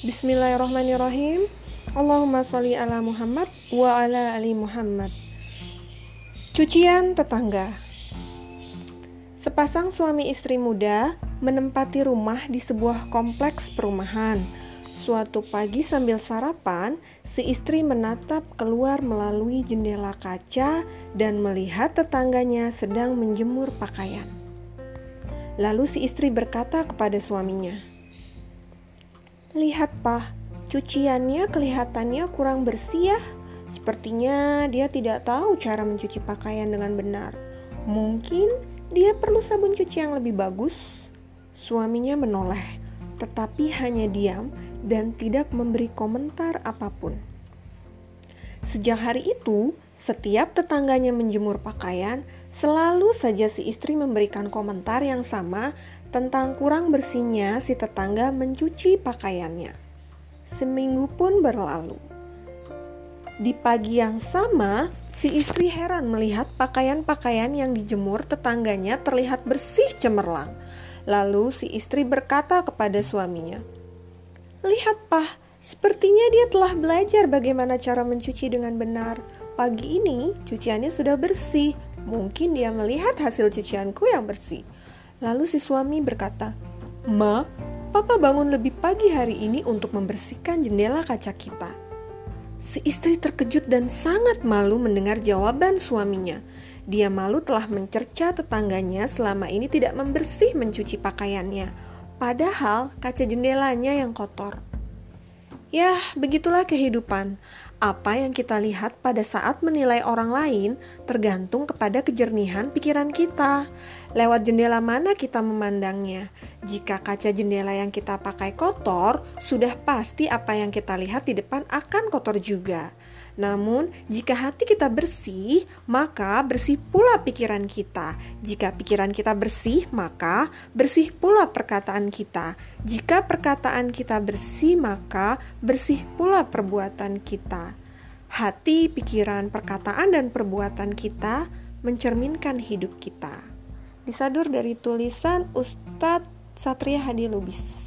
Bismillahirrahmanirrahim. Allahumma sholli ala Muhammad wa ala ali Muhammad. Cucian tetangga. Sepasang suami istri muda menempati rumah di sebuah kompleks perumahan. Suatu pagi sambil sarapan, si istri menatap keluar melalui jendela kaca dan melihat tetangganya sedang menjemur pakaian. Lalu si istri berkata kepada suaminya, "Lihat, Pak, cuciannya kelihatannya kurang bersih ya. Sepertinya dia tidak tahu cara mencuci pakaian dengan benar. Mungkin dia perlu sabun cuci yang lebih bagus." Suaminya menoleh, tetapi hanya diam dan tidak memberi komentar apapun. Sejak hari itu, setiap tetangganya menjemur pakaian, selalu saja si istri memberikan komentar yang sama tentang kurang bersihnya si tetangga mencuci pakaiannya. Seminggu pun berlalu. Di pagi yang sama, si istri heran melihat pakaian-pakaian yang dijemur tetangganya terlihat bersih cemerlang. Lalu si istri berkata kepada suaminya, "Lihat, Pak, sepertinya dia telah belajar bagaimana cara mencuci dengan benar. Pagi ini cuciannya sudah bersih. Mungkin dia melihat hasil cucianku yang bersih." Lalu si suami berkata, "Ma, Papa bangun lebih pagi hari ini untuk membersihkan jendela kaca kita." Si istri terkejut dan sangat malu mendengar jawaban suaminya. Dia malu telah mencerca tetangganya selama ini tidak mencuci pakaiannya, padahal kaca jendelanya yang kotor. Yah, begitulah kehidupan. Apa yang kita lihat pada saat menilai orang lain tergantung kepada kejernihan pikiran kita. Lewat jendela mana kita memandangnya? Jika kaca jendela yang kita pakai kotor, sudah pasti apa yang kita lihat di depan akan kotor juga. Namun, jika hati kita bersih, maka bersih pula pikiran kita. Jika pikiran kita bersih, maka bersih pula perkataan kita. Jika perkataan kita bersih, maka bersih pula perbuatan kita. Hati, pikiran, perkataan, dan perbuatan kita mencerminkan hidup kita. Disadur dari tulisan Ustadz Satria Hadi Lubis.